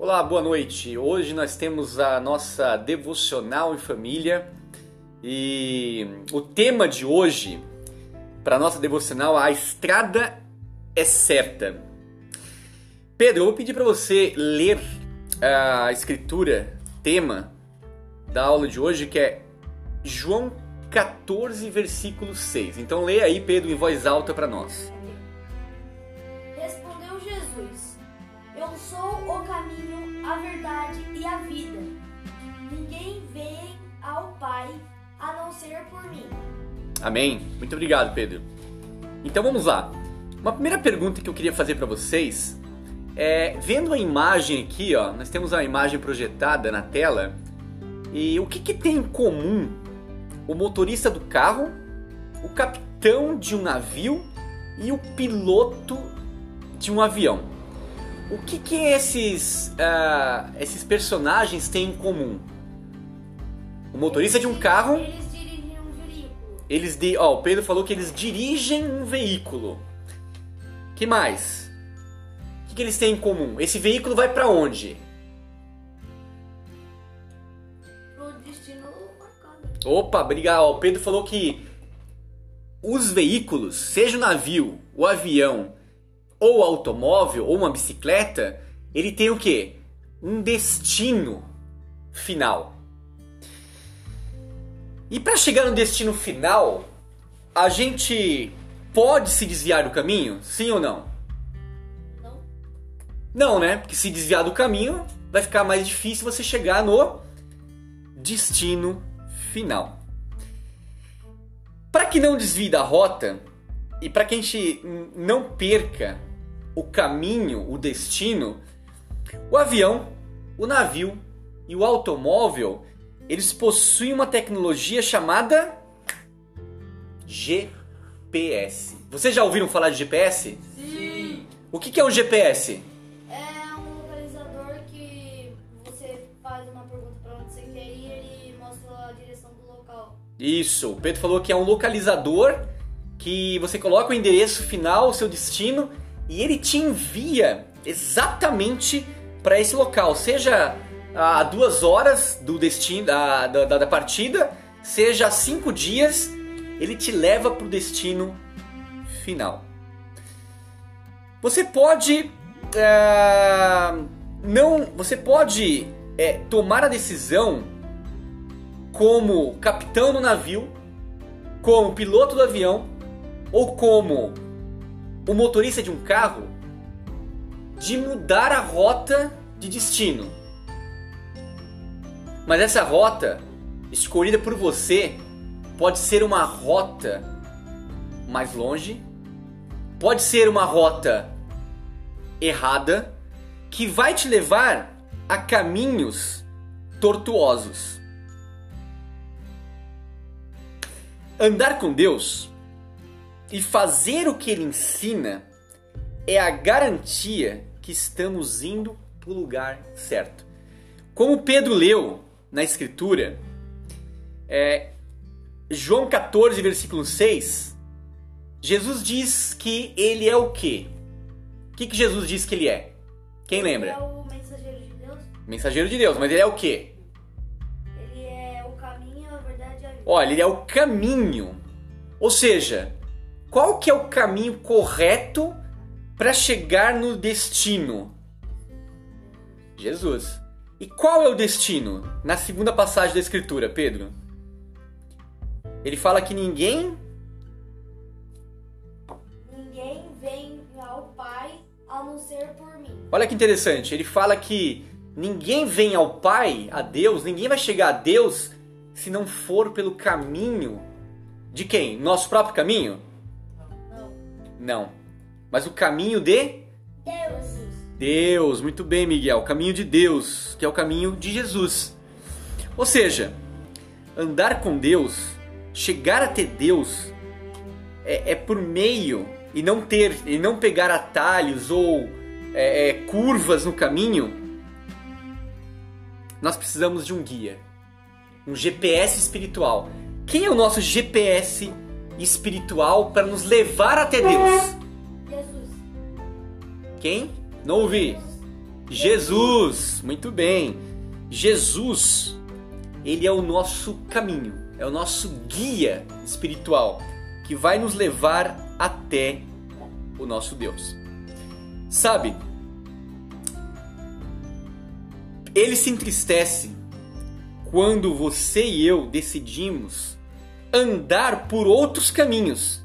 Olá, boa noite. Hoje nós temos a nossa devocional em família e o tema de hoje para a nossa devocional é A Estrada é Certa. Pedro, eu vou pedir para você ler a escritura, tema da aula de hoje, que é João 14, versículo 6. Então leia aí, Pedro, em voz alta para nós. Respondeu Jesus: Eu sou o caminho, a verdade e a vida. Ninguém vem ao Pai a não ser por mim. Amém? Muito obrigado, Pedro. Então vamos lá. Uma primeira pergunta que eu queria fazer para vocês é, vendo a imagem aqui, ó, nós temos a imagem projetada na tela, e o que tem em comum o motorista do carro, o capitão de um navio e o piloto de um avião? O que esses personagens têm em comum? O motorista de um carro... Eles dirigem um veículo. O Pedro falou que eles dirigem um veículo. Que mais? O que eles têm em comum? Esse veículo vai para onde? Pro destino marcado. Opa, obrigado. O Pedro falou que os veículos, seja o navio, o avião, ou o automóvel, ou uma bicicleta, ele tem o quê? Um destino final. E para chegar no destino final, a gente pode se desviar do caminho? Sim ou não? Não? Não, né? Porque se desviar do caminho, vai ficar mais difícil você chegar no destino final. Para que não desvie da rota e para que a gente não perca o caminho, o destino, o avião, o navio e o automóvel, eles possuem uma tecnologia chamada GPS. Vocês já ouviram falar de GPS? Sim! O que é o GPS? É um localizador que você faz uma pergunta pra onde você quer ir e ele mostra a direção do local. Isso, o Pedro falou que é um localizador que você coloca o endereço final, o seu destino, e ele te envia exatamente para esse local, seja a 2 horas do destino da partida, seja a 5 dias, ele te leva para o destino final. Você pode tomar a decisão como capitão do navio, como piloto do avião ou como o motorista de um carro, de mudar a rota de destino. Mas essa rota escolhida por você pode ser uma rota mais longe, pode ser uma rota errada, que vai te levar a caminhos tortuosos. Andar com Deus e fazer o que Ele ensina é a garantia que estamos indo para o lugar certo. Como Pedro leu na Escritura, João 14, versículo 6, Jesus diz que Ele é o quê? O que Jesus diz que Ele é? Quem lembra? Ele é o mensageiro de Deus. Mensageiro de Deus, mas Ele é o quê? Ele é o caminho, a verdade e a vida. Olha, Ele é o caminho. Ou seja, qual que é o caminho correto para chegar no destino? Jesus. E qual é o destino? Na segunda passagem da Escritura, Pedro, ele fala que ninguém vem ao Pai a não ser por mim. Olha que interessante, ele fala que ninguém vem ao Pai, a Deus, ninguém vai chegar a Deus se não for pelo caminho de quem? Nosso próprio caminho? Não. Mas o caminho de Deus. Muito bem, Miguel. O caminho de Deus, que é o caminho de Jesus. Ou seja, andar com Deus, chegar até Deus, é por meio e não pegar atalhos ou curvas no caminho. Nós precisamos de um guia, um GPS espiritual. Quem é o nosso GPS espiritual para nos levar até Deus? Jesus. Quem? Não ouvi. Jesus. Muito bem. Jesus, ele é o nosso caminho, é o nosso guia espiritual que vai nos levar até o nosso Deus. Sabe, ele se entristece quando você e eu decidimos andar por outros caminhos.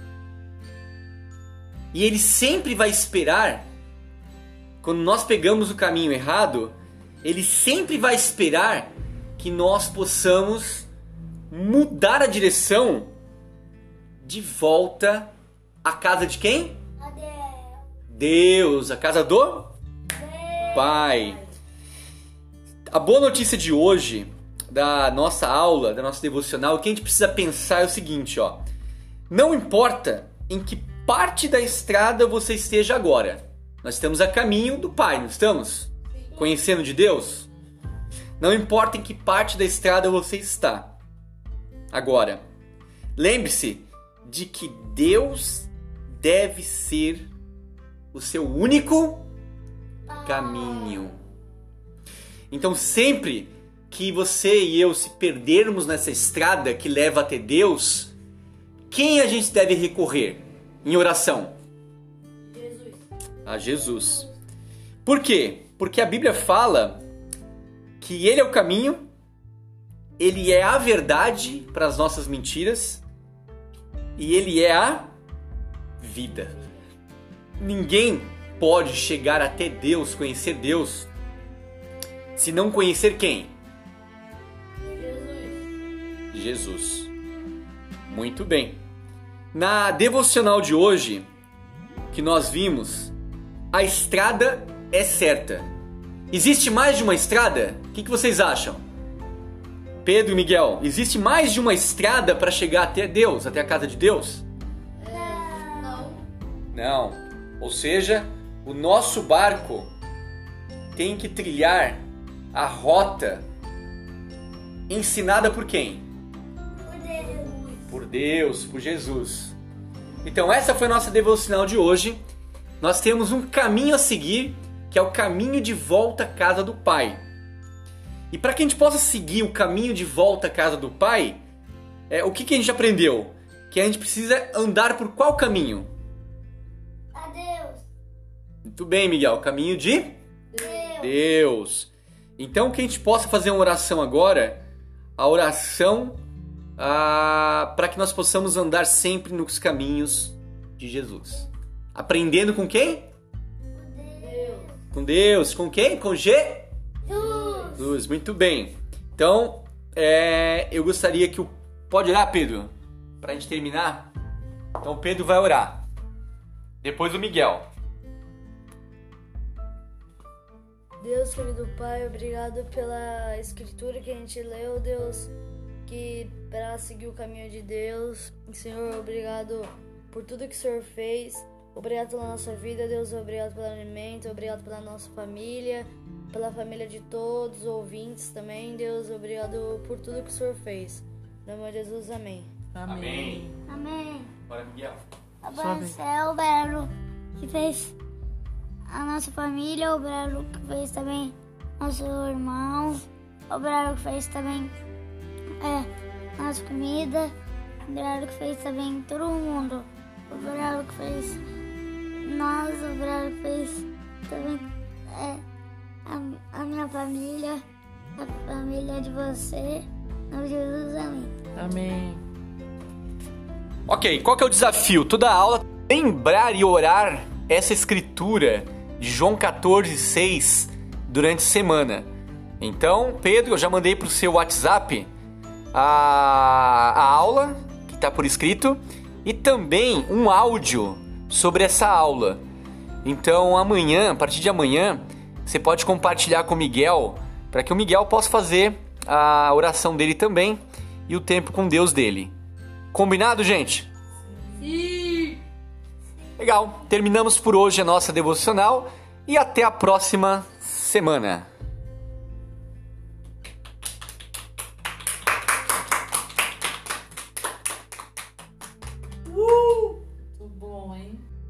E ele sempre vai esperar, quando nós pegamos o caminho errado, ele sempre vai esperar que nós possamos mudar a direção de volta à casa de quem? Deus, a casa do Pai. A boa notícia de hoje, da nossa aula, da nossa devocional, o que a gente precisa pensar é o seguinte, ó. Não importa em que parte da estrada você esteja agora. Nós estamos a caminho do Pai, não estamos? Conhecendo de Deus? Não importa em que parte da estrada você está. Agora, lembre-se de que Deus deve ser o seu único caminho. Então, sempre que você e eu se perdermos nessa estrada que leva até Deus, quem a gente deve recorrer em oração? Jesus. A Jesus. Por quê? Porque a Bíblia fala que Ele é o caminho, Ele é a verdade para as nossas mentiras e Ele é a vida. Ninguém pode chegar até Deus, conhecer Deus, se não conhecer quem? Jesus. Muito bem. Na devocional de hoje, que nós vimos, a estrada é certa. Existe mais de uma estrada? O que vocês acham? Pedro e Miguel, existe mais de uma estrada para chegar até Deus, até a casa de Deus? Não. Ou seja, o nosso barco tem que trilhar a rota ensinada por quem? Por Deus, por Jesus. Então essa foi a nossa devocional de hoje. Nós temos um caminho a seguir, que é o caminho de volta à casa do Pai. E para que a gente possa seguir o caminho de volta à casa do Pai, o que a gente aprendeu? Que a gente precisa andar por qual caminho? A Deus. Muito bem, Miguel, o caminho de Deus. Então que a gente possa fazer uma oração agora, a oração para que nós possamos andar sempre nos caminhos de Jesus. Aprendendo com quem? Com Deus. Com quem? Com Jesus. Muito bem. Então, eu gostaria que Pode orar, Pedro? Pra gente terminar. Então, o Pedro vai orar. Depois o Miguel. Deus, querido Pai, obrigado pela escritura que a gente leu, Deus, que para seguir o caminho de Deus. Senhor, obrigado por tudo que o Senhor fez. Obrigado pela nossa vida, Deus. Obrigado pelo alimento. Obrigado pela nossa família, pela família de todos os ouvintes também, Deus. Obrigado por tudo que o Senhor fez. No nome de Jesus, amém. Amém. Amém. Bora, Miguel. Abençoe o Belo que fez a nossa família, o Belo que fez também nosso irmão, o Belo que fez também nossa comida, o Belo que fez também todo mundo, o Belo que fez nós, o Belo que fez também a minha família, a família de você, no Jesus, amém. Amém. Ok, qual que é o desafio? Toda aula, lembrar e orar essa escritura de João 14:6 durante a semana. Então, Pedro, eu já mandei para o seu WhatsApp a aula, que está por escrito, e também um áudio sobre essa aula. Então, amanhã, a partir de amanhã, você pode compartilhar com o Miguel, para que o Miguel possa fazer a oração dele também e o tempo com Deus dele. Combinado, gente? Sim! Legal, terminamos por hoje a nossa devocional e até a próxima semana. Muito bom, hein?